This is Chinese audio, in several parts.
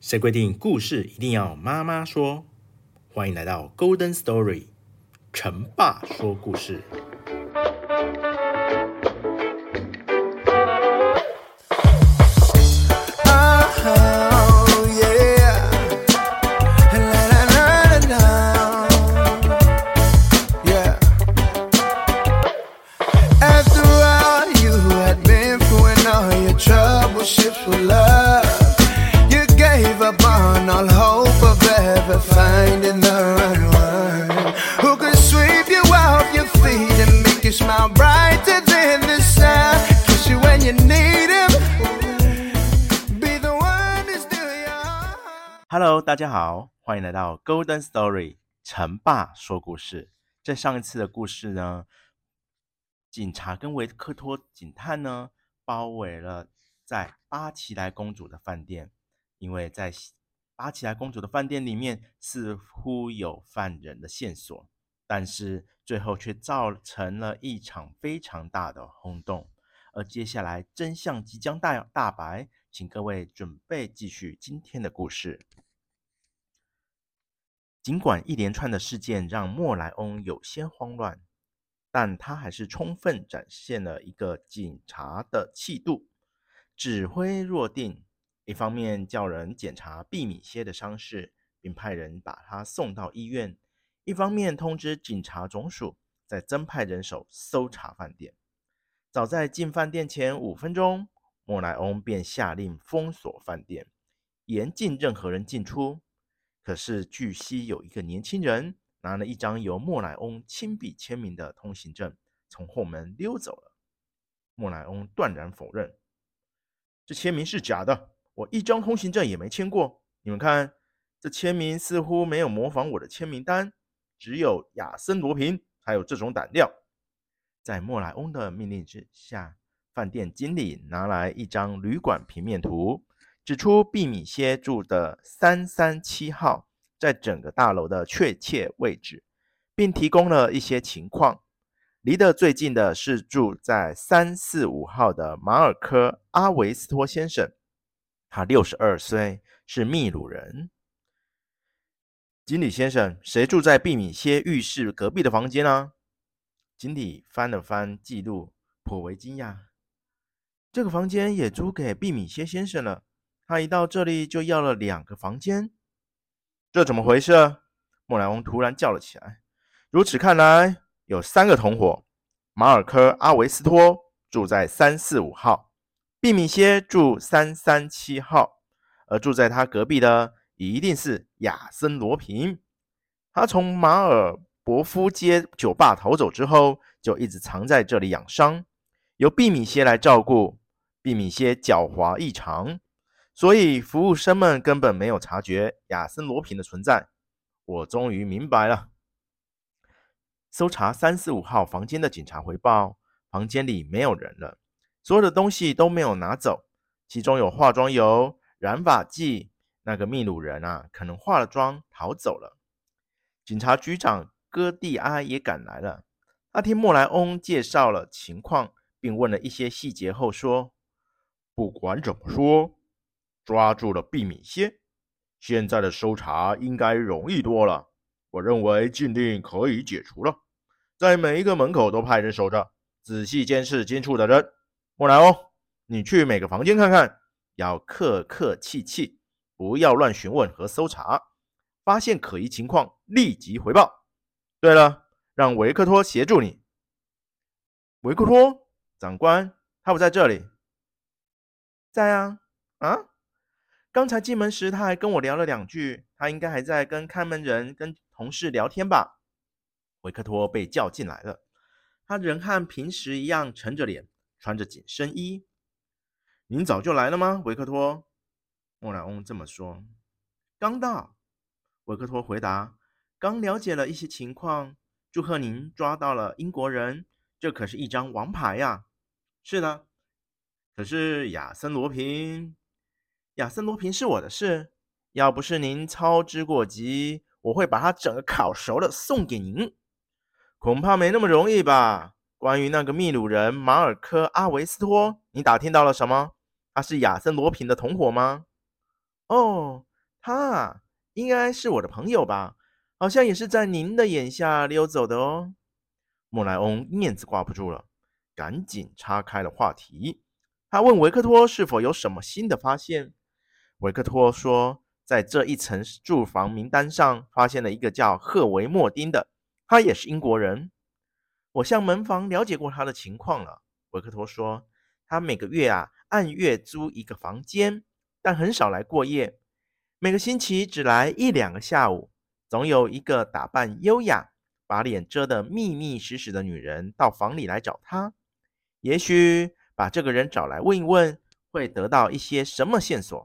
谁规定故事一定要妈妈说？欢迎来到 Golden Story， 陈爸说故事。Hello， 大家好，欢迎来到 Golden Story， 陈爸说故事。在上一次的故事呢，警察跟维克托警探呢包围了在巴奇莱公主的饭店，因为在巴奇莱公主的饭店里面似乎有犯人的线索，但是最后却造成了一场非常大的轰动。而接下来真相即将大白，请各位准备继续今天的故事。尽管一连串的事件让莫莱翁有些慌乱，但他还是充分展现了一个警察的气度，指挥若定。一方面叫人检查毕米歇的伤势，并派人把他送到医院；一方面通知警察总署再增派人手搜查饭店。早在进饭店前5分钟，莫莱翁便下令封锁饭店，严禁任何人进出。可是据悉有一个年轻人拿了一张由莫莱翁亲笔签名的通行证，从后门溜走了。莫莱翁断然否认，这签名是假的，我一张通行证也没签过。你们看，这签名似乎没有模仿我的签名单，只有亚森罗平才有这种胆量。在莫莱翁的命令之下，饭店经理拿来一张旅馆平面图，指出毕米歇住的337号在整个大楼的确切位置，并提供了一些情况。离得最近的是住在345号的马尔科·阿维斯托先生，他62岁，是秘鲁人。经理先生，谁住在毕米歇浴室隔壁的房间啊？经理翻了翻记录，颇为惊讶。这个房间也租给毕米歇先生了，他一到这里就要了2个房间，这怎么回事？莫莱翁突然叫了起来。如此看来，有3个同伙，马尔科·阿维斯托住在345号，毕米歇住337号，而住在他隔壁的一定是亚森·罗平。他从马尔伯夫街酒吧逃走之后，就一直藏在这里养伤，由毕米歇来照顾。毕米歇狡猾异常，所以服务生们根本没有察觉亚森·罗平的存在。我终于明白了。搜查345号房间的警察回报，房间里没有人了，所有的东西都没有拿走，其中有化妆油、染发剂。那个秘鲁人可能化了妆逃走了。警察局长戈蒂阿也赶来了，他听莫莱翁介绍了情况，并问了一些细节后说，不管怎么说，抓住了毕米歇，现在的搜查应该容易多了。我认为禁令可以解除了，在每一个门口都派人守着，仔细监视进出的人。莫莱翁，你去每个房间看看，要客客气气，不要乱询问和搜查，发现可疑情况立即回报。对了，让维克托协助你。维克托？长官，他不在这里。在啊。刚才进门时他还跟我聊了2句，他应该还在跟看门人跟同事聊天吧。维克托被叫进来了，他仍和平时一样沉着脸，穿着紧身衣。您早就来了吗，维克托？莫莱翁这么说。刚到。维克托回答，刚了解了一些情况，祝贺您抓到了英国人，这可是一张王牌呀。是的，可是亚森·罗平是我的事，要不是您操之过急，我会把他整个烤熟了送给您。恐怕没那么容易吧。关于那个秘鲁人马尔科·阿维斯托，你打听到了什么？他是亚森·罗平的同伙吗？哦， 他啊，应该是我的朋友吧？好像也是在您的眼下溜走的哦。莫莱翁面子挂不住了，赶紧岔开了话题。他问维克托是否有什么新的发现。维克托说，在这一层住房名单上发现了一个叫赫维莫丁的，他也是英国人。我向门房了解过他的情况了。维克托说，他每个月按月租一个房间，但很少来过夜，每个星期只来1-2个下午。总有一个打扮优雅、把脸遮得密密实实的女人到房里来找他。也许把这个人找来问一问，会得到一些什么线索。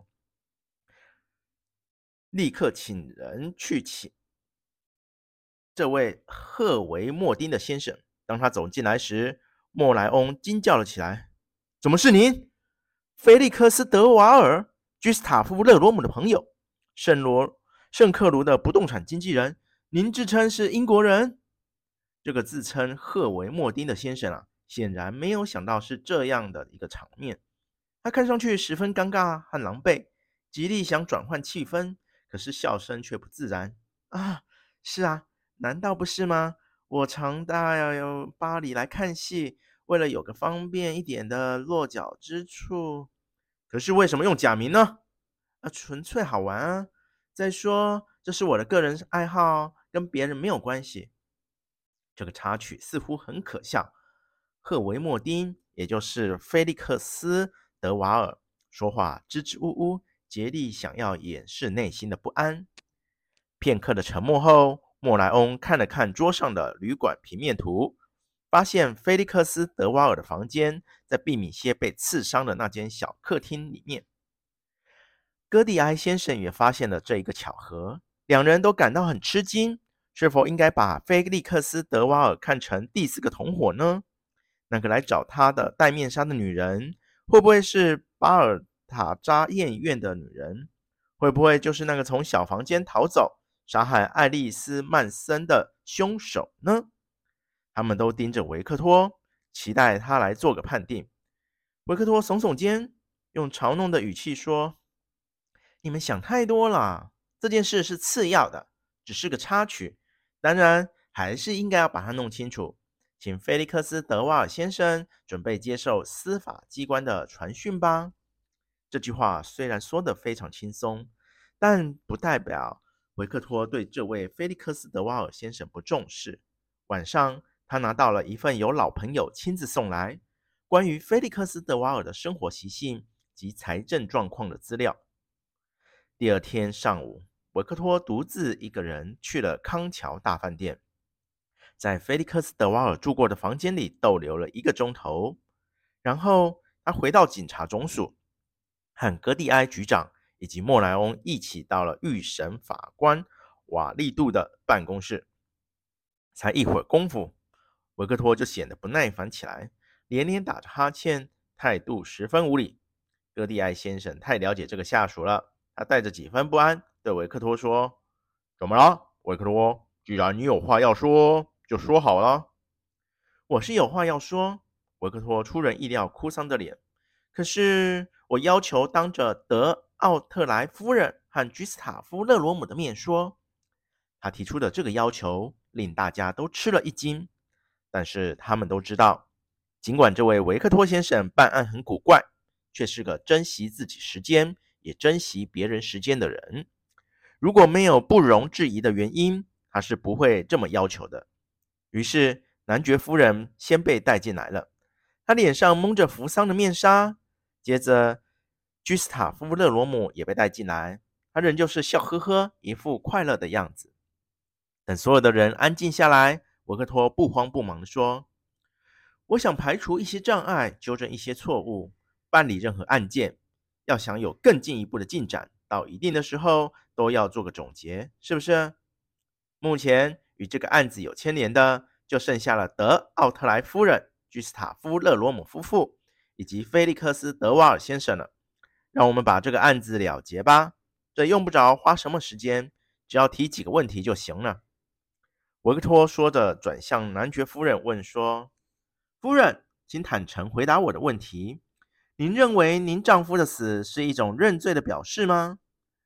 立刻请人去请这位赫维莫丁的先生。当他走进来时，莫莱翁惊叫了起来：怎么是您？菲利克斯·德瓦尔，居斯塔夫·勒罗姆的朋友，圣克卢的不动产经纪人。您自称是英国人？这个自称赫维莫丁的先生显然没有想到是这样的一个场面。他看上去十分尴尬和狼狈，极力想转换气氛，可是笑声却不自然。是啊，难道不是吗？我常到巴黎来看戏，为了有个方便一点的落脚之处。可是为什么用假名呢？纯粹好玩啊！再说，这是我的个人爱好，跟别人没有关系。这个插曲似乎很可笑。赫维莫丁，也就是菲利克斯·德瓦尔，说话支支吾吾，竭力想要掩饰内心的不安。片刻的沉默后，莫莱翁看了看桌上的旅馆平面图，发现菲利克斯·德瓦尔的房间在毕米歇被刺伤的那间小客厅里面。戈蒂埃先生也发现了这一个巧合，两人都感到很吃惊。是否应该把菲利克斯·德瓦尔看成第4个同伙呢？那个来找他的戴面纱的女人，会不会是巴尔塔扎宴院的女人？会不会就是那个从小房间逃走、杀害爱丽丝·曼森的凶手呢？他们都盯着维克托，期待他来做个判定。维克托耸耸肩，用嘲弄的语气说：你们想太多了，这件事是次要的，只是个插曲。当然，还是应该要把它弄清楚。请菲利克斯·德瓦尔先生准备接受司法机关的传讯吧。这句话虽然说得非常轻松，但不代表维克托对这位菲利克斯·德瓦尔先生不重视。晚上，他拿到了一份由老朋友亲自送来关于菲利克斯·德瓦尔的生活习性及财政状况的资料。第二天上午，维克托独自一个人去了康桥大饭店，在菲利克斯·德瓦尔住过的房间里逗留了1个钟头。然后他回到警察总署，和格蒂埃局长以及莫莱翁一起到了预审法官瓦利杜的办公室。才一会儿功夫，维克托就显得不耐烦起来，连连打着哈欠，态度十分无礼。戈蒂埃先生太了解这个下属了，他带着几分不安对维克托说：怎么了，维克托？既然你有话要说，就说好了。我是有话要说。维克托出人意料哭丧着脸。可是我要求当着德奥特莱夫人和居斯塔夫·勒罗姆的面说。他提出的这个要求令大家都吃了一惊，但是他们都知道，尽管这位维克托先生办案很古怪，却是个珍惜自己时间也珍惜别人时间的人。如果没有不容置疑的原因，他是不会这么要求的。于是男爵夫人先被带进来了，她脸上蒙着扶桑的面纱。接着居斯塔夫·勒罗姆也被带进来，他仍旧是笑呵呵，一副快乐的样子。等所有的人安静下来，维克托不慌不忙地说：我想排除一些障碍，纠正一些错误，办理任何案件，要想有更进一步的进展，到一定的时候都要做个总结，是不是？目前与这个案子有牵连的，就剩下了德奥特莱夫人、居斯塔夫·勒罗姆夫妇以及菲利克斯·德瓦尔先生了。让我们把这个案子了结吧，这用不着花什么时间，只要提几个问题就行了。维克托说着，转向男爵夫人问说：夫人，请坦诚回答我的问题。您认为您丈夫的死是一种认罪的表示吗？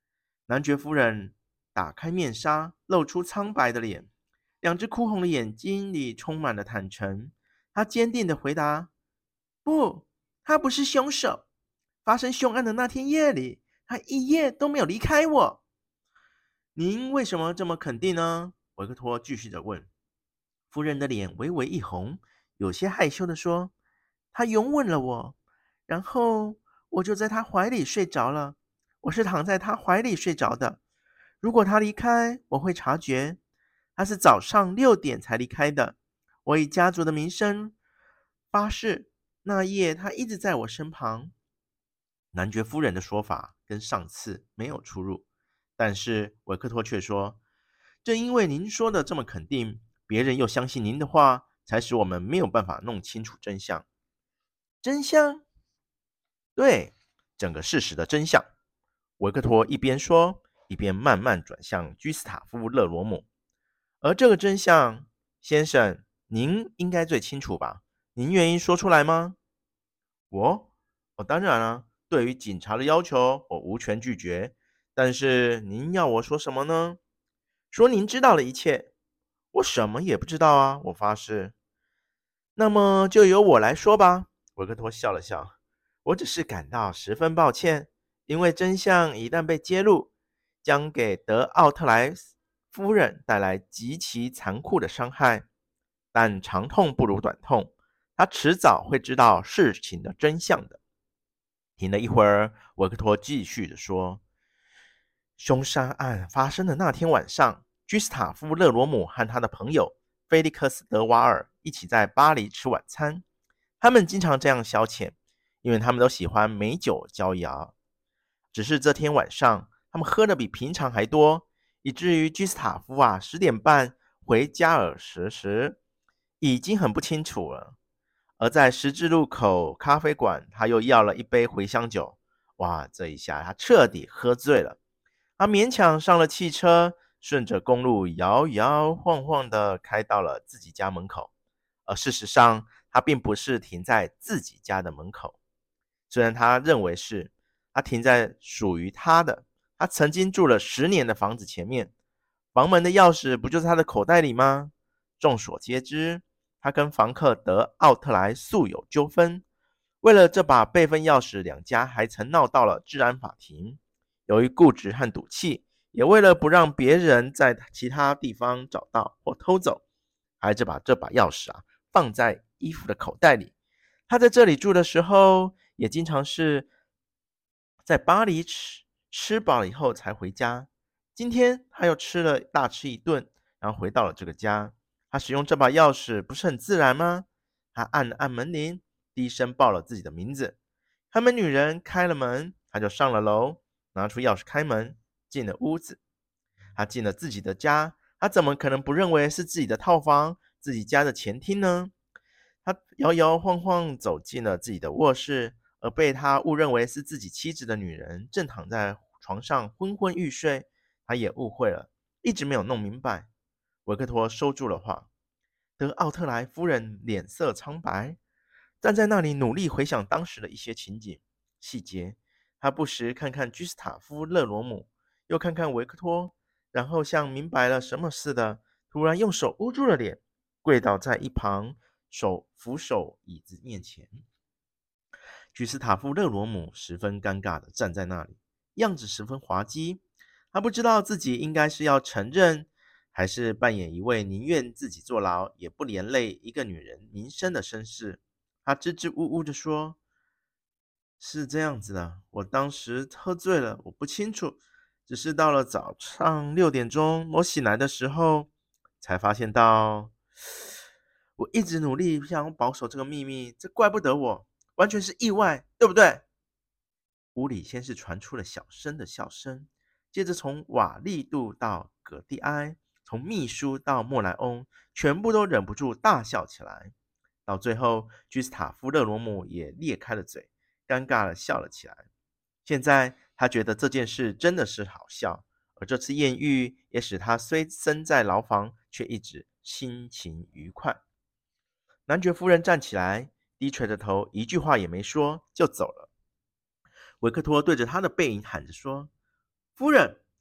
男爵夫人打开面纱，露出苍白的脸，两只哭红的眼睛里充满了坦诚。她坚定地回答：不，他不是凶手。发生凶案的那天夜里，他一夜都没有离开我。您为什么这么肯定呢？维克托继续着问。夫人的脸微微一红，有些害羞地说：他拥吻了我，然后我就在他怀里睡着了。我是躺在他怀里睡着的。如果他离开，我会察觉。他是早上6点才离开的。我以家族的名声发誓，那夜他一直在我身旁。男爵夫人的说法跟上次没有出入，但是维克托却说：正因为您说的这么肯定，别人又相信您的话，才使我们没有办法弄清楚真相。真相？对，整个事实的真相。维克托一边说，一边慢慢转向居斯塔夫·勒罗姆。而这个真相，先生，您应该最清楚吧？您愿意说出来吗？当然了，对于警察的要求，我无权拒绝。但是您要我说什么呢？说您知道了一切。我什么也不知道啊，我发誓。那么就由我来说吧。维克托笑了笑。我只是感到十分抱歉，因为真相一旦被揭露，将给德奥特莱夫人带来极其残酷的伤害。但长痛不如短痛，他迟早会知道事情的真相的。停了一会儿，维克托继续地说：凶杀案发生的那天晚上，居斯塔夫·勒罗姆和他的朋友菲利克斯·德瓦尔一起在巴黎吃晚餐。他们经常这样消遣，因为他们都喜欢美酒佳肴。只是这天晚上，他们喝的比平常还多，以至于居斯塔夫10点半回加尔时已经很不清楚了。而在十字路口咖啡馆，他又要了一杯茴香酒。哇，这一下他彻底喝醉了。他勉强上了汽车，顺着公路摇摇晃晃地开到了自己家门口。而事实上，他并不是停在自己家的门口，虽然他认为是，他停在属于他曾经住了10年的房子前面。房门的钥匙不就在他的口袋里吗？众所皆知，他跟房客德奥特莱素有纠纷。为了这把备份钥匙，两家还曾闹到了治安法庭。由于固执和赌气，也为了不让别人在其他地方找到或偷走，还把这把钥匙放在衣服的口袋里。他在这里住的时候，也经常是在巴黎吃饱了以后才回家。今天他又大吃一顿，然后回到了这个家。他使用这把钥匙不是很自然吗？他按了按门铃，低声报了自己的名字。看门女人开了门，他就上了楼，拿出钥匙开门，进了屋子。他进了自己的家，他怎么可能不认为是自己的套房，自己家的前厅呢？他摇摇晃晃走进了自己的卧室，而被他误认为是自己妻子的女人正躺在床上昏昏欲睡。他也误会了，一直没有弄明白。维克托收住了话。德奥特莱夫人脸色苍白，站在那里努力回想当时的一些情景细节。他不时看看居斯塔夫·勒罗姆，又看看维克托，然后像明白了什么似的，突然用手捂住了脸，跪倒在一旁，扶手椅子面前。居斯塔夫·勒罗姆十分尴尬地站在那里，样子十分滑稽。他不知道自己应该是要承认，还是扮演一位宁愿自己坐牢也不连累一个女人名声的绅士。他支支吾吾地说：是这样子的，我当时喝醉了，我不清楚，只是到了早上6点钟，我醒来的时候，才发现到，我一直努力想保守这个秘密，这怪不得我，完全是意外，对不对？屋里先是传出了小声的笑声，接着从瓦利杜到葛蒂埃，从秘书到莫莱翁，全部都忍不住大笑起来。到最后，居斯塔夫·勒罗姆也裂开了嘴，尴尬地笑了起来。现在他觉得这件事真的是好笑，而这次艳遇也使他虽身在牢房，却一直心情愉快。男爵夫人站起来，低垂着头，一句话也没说，就走了。维克托对着他的背影喊着说：夫人，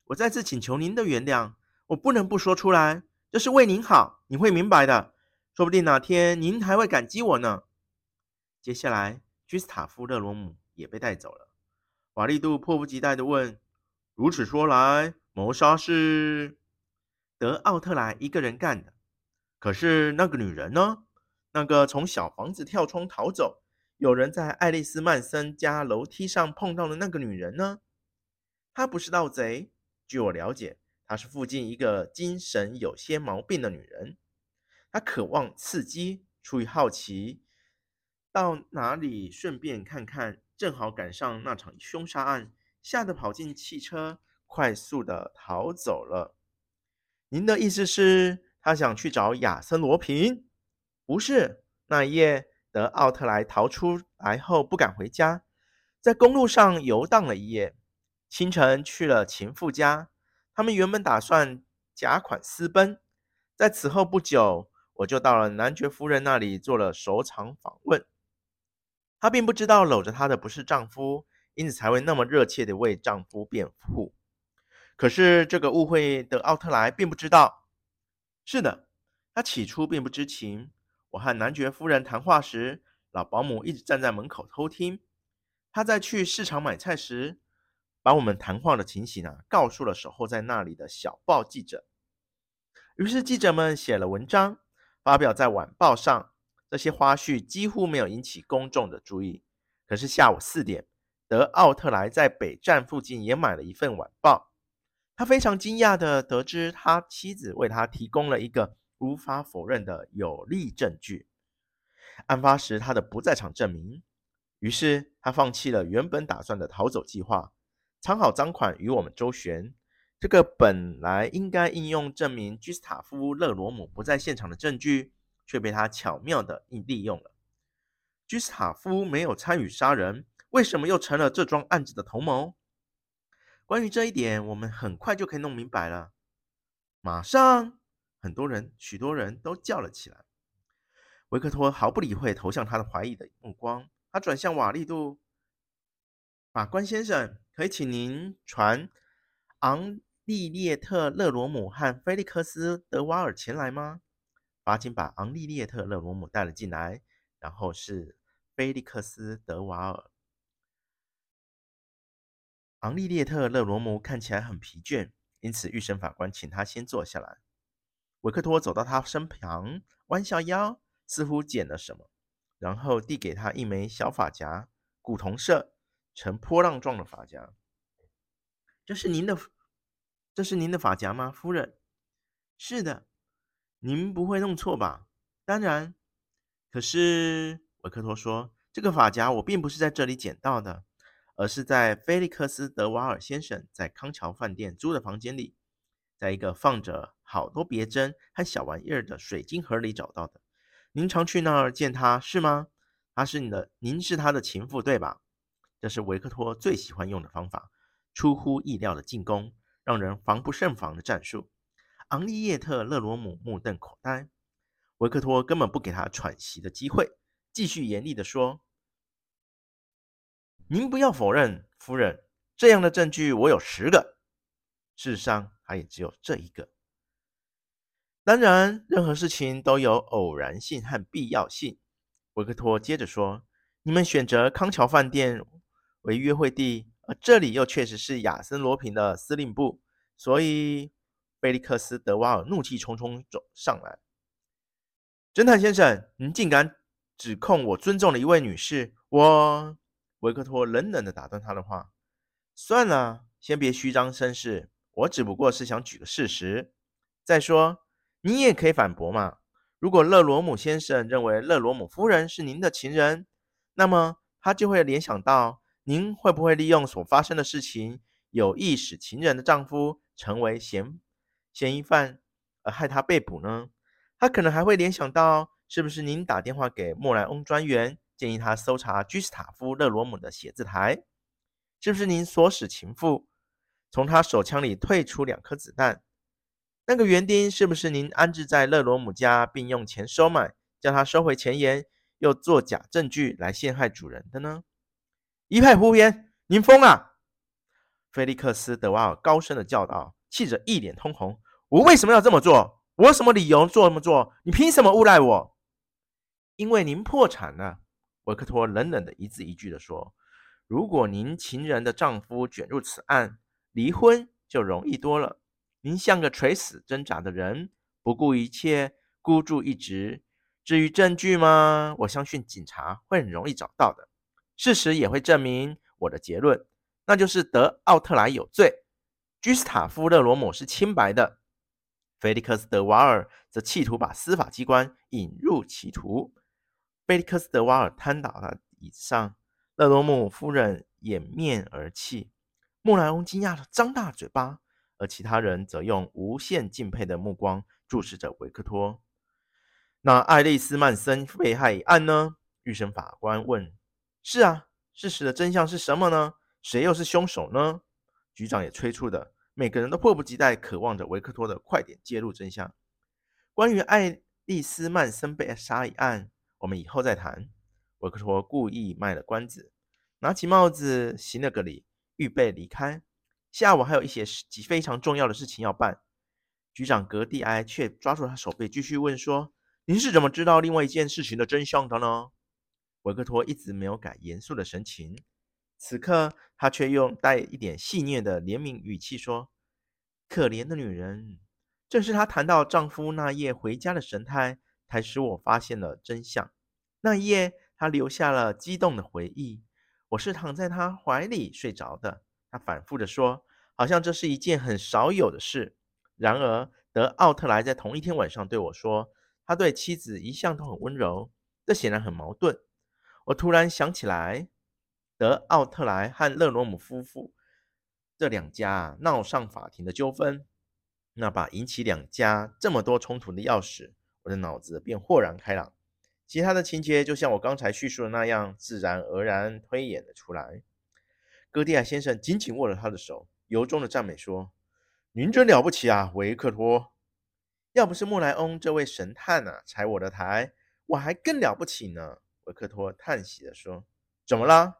我再次请求您的原谅，我不能不说出来，这是为您好，你会明白的。说不定哪天您还会感激我呢。接下来，居斯塔夫·勒罗姆也被带走了。瓦利杜迫不及待地问：如此说来，谋杀是德奥特莱一个人干的？可是那个女人呢？那个从小房子跳窗逃走，有人在爱丽丝·曼森家楼梯上碰到的那个女人呢？她不是盗贼，据我了解，她是附近一个精神有些毛病的女人。她渴望刺激，出于好奇，到哪里顺便看看，正好赶上那场凶杀案，吓得跑进汽车，快速的逃走了。您的意思是，他想去找亚森·罗平？不是，那一夜，德奥特莱逃出来后不敢回家，在公路上游荡了一夜。清晨去了情妇家，他们原本打算假款私奔。在此后不久，我就到了男爵夫人那里做了首场访问。她并不知道搂着她的不是丈夫，因此才会那么热切地为丈夫辩护。可是这个误会的奥特莱并不知道。是的，他起初并不知情。我和男爵夫人谈话时，老保姆一直站在门口偷听。他在去市场买菜时，把我们谈话的情形告诉了守候在那里的小报记者。于是记者们写了文章，发表在晚报上。这些花絮几乎没有引起公众的注意。可是下午4点，德奥特莱在北站附近也买了一份晚报。他非常惊讶地得知他妻子为他提供了一个无法否认的有力证据，案发时他的不在场证明。于是他放弃了原本打算的逃走计划，藏好赃款与我们周旋。这个本来应该应用证明居斯塔夫·勒罗姆不在现场的证据，却被他巧妙地利用了。居斯塔夫没有参与杀人，为什么又成了这桩案子的头谋？关于这一点，我们很快就可以弄明白了。马上，许多人都叫了起来。维克托毫不理会投向他的怀疑的目光，他转向瓦利杜：法官先生，可以请您传昂利列特·勒罗姆和菲利克斯·德瓦尔前来吗？法警把昂利列特·勒罗姆带了进来，然后是菲利克斯·德瓦尔。昂利列特·勒罗姆看起来很疲倦，因此预审法官请他先坐下来。维克托走到他身旁，弯下腰，似乎捡了什么，然后递给他一枚小发夹，古铜色，呈波浪状的发夹。这是您的发夹吗，夫人？是的。您不会弄错吧？当然。可是，维克托说，这个发夹我并不是在这里捡到的，而是在菲利克斯·德瓦尔先生在康桥饭店租的房间里，在一个放着好多别针和小玩意儿的水晶盒里找到的。您常去那儿见他，是吗？您是他的情妇，对吧？这是维克托最喜欢用的方法，出乎意料的进攻，让人防不胜防的战术。昂利叶特·勒罗姆目瞪口呆，维克托根本不给他喘息的机会，继续严厉地说：您不要否认，夫人，这样的证据我有10个。事实上，他也只有这一个。当然，任何事情都有偶然性和必要性。维克托接着说：你们选择康桥饭店为约会地，而这里又确实是亚森·罗平的司令部，所以菲利克斯·德瓦尔怒气冲冲走上来。侦探先生，您竟敢指控我尊重的一位女士！维克托冷冷地打断他的话。算了，先别虚张声势，我只不过是想举个事实。再说，你也可以反驳嘛。如果勒罗姆先生认为勒罗姆夫人是您的情人，那么他就会联想到您会不会利用所发生的事情，有意使情人的丈夫成为嫌疑犯，而害他被捕呢？他可能还会联想到，是不是您打电话给莫莱翁专员，建议他搜查居斯塔夫·勒罗姆的写字台？是不是您唆使情妇从他手枪里退出2颗子弹？那个园丁是不是您安置在勒罗姆家，并用钱收买，叫他收回钱言，又作假证据来陷害主人的呢？一派胡言！您疯了！ 菲利克斯·德瓦尔高声的叫道，气着一脸通红。我为什么要这么做？我有什么理由这么做？你凭什么诬赖我？因为您破产了，维克托冷冷的一字一句的说。如果您情人的丈夫卷入此案，离婚就容易多了。您像个垂死挣扎的人，不顾一切，孤注一掷。至于证据吗？我相信警察会很容易找到的。事实也会证明我的结论，那就是德奥特莱有罪，居斯塔夫·勒罗姆是清白的。菲利克斯·德瓦尔则企图把司法机关引入歧途。菲利克斯·德瓦尔瘫倒在椅子上，勒罗姆夫人掩面而泣。莫莱翁惊讶地张大嘴巴，而其他人则用无限敬佩的目光注视着维克托。那爱丽丝·曼森被害一案呢？预审法官问。是啊，事实的真相是什么呢？谁又是凶手呢？局长也催促的，每个人都迫不及待渴望着维克托的快点揭露真相。关于爱丽丝·曼森被杀一案，我们以后再谈。维克托故意卖了关子，拿起帽子行了个礼，预备离开。下午还有一些非常重要的事情要办。局长格蒂埃却抓住他手背，继续问说：“您是怎么知道另外一件事情的真相的呢？”维克托一直没有改严肃的神情，此刻他却用带一点戏谑的怜悯语气说：“可怜的女人，正是她谈到丈夫那夜回家的神态，才使我发现了真相。那一夜，她留下了激动的回忆。我是躺在她怀里睡着的。”她反复地说，好像这是一件很少有的事。然而，德奥特莱在同一天晚上对我说，他对妻子一向都很温柔，这显然很矛盾。我突然想起来，德奥特莱和勒罗姆夫妇这两家闹上法庭的纠纷，那把引起两家这么多冲突的钥匙，我的脑子便豁然开朗。其他的情节就像我刚才叙述的那样，自然而然推演了出来。戈蒂亚先生紧紧握了他的手，由衷的赞美说：“您真了不起啊，维克托！要不是莫莱翁这位神探踩我的台，我还更了不起呢。”维克托叹息地说：“怎么了？”“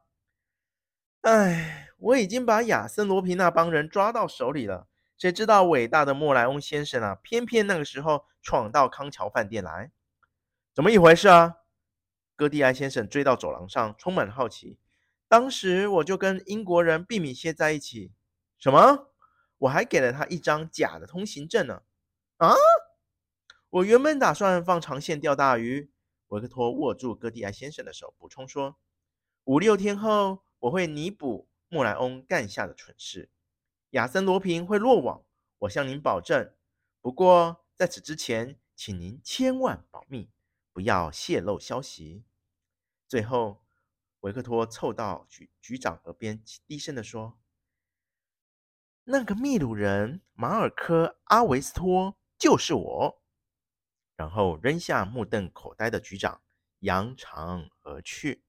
我已经把亚森罗平那帮人抓到手里了。谁知道伟大的莫莱翁先生偏偏那个时候闯到康桥饭店来，怎么一回事啊？”戈蒂埃先生追到走廊上，充满好奇。“当时我就跟英国人毕米歇在一起。”“什么？我还给了他一张假的通行证呢。”“啊？”“我原本打算放长线钓大鱼。”维克托握住戈蒂埃先生的手，补充说：“5-6天后，我会弥补莫莱翁干下的蠢事。亚森罗平会落网，我向您保证。不过在此之前，请您千万保密，不要泄露消息。”最后，维克托凑到局长耳边，低声地说：“那个秘鲁人马尔科·阿维斯托就是我。”然后扔下目瞪口呆的局长，扬长而去。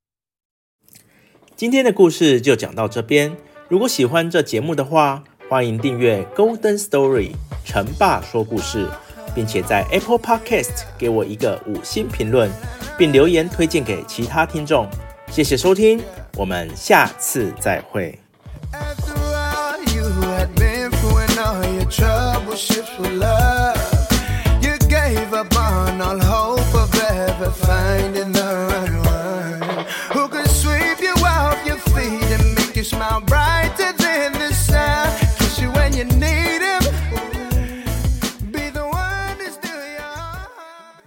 今天的故事就讲到这边。如果喜欢这节目的话，欢迎订阅 Golden Story 陈爸说故事，并且在 Apple Podcast 给我一个5星评论，并留言推荐给其他听众。谢谢收听，我们下次再会。Gave up on all hope of ever finding the right one who could sweep you off your feet and make you smile brighter than the sun, kiss you when you need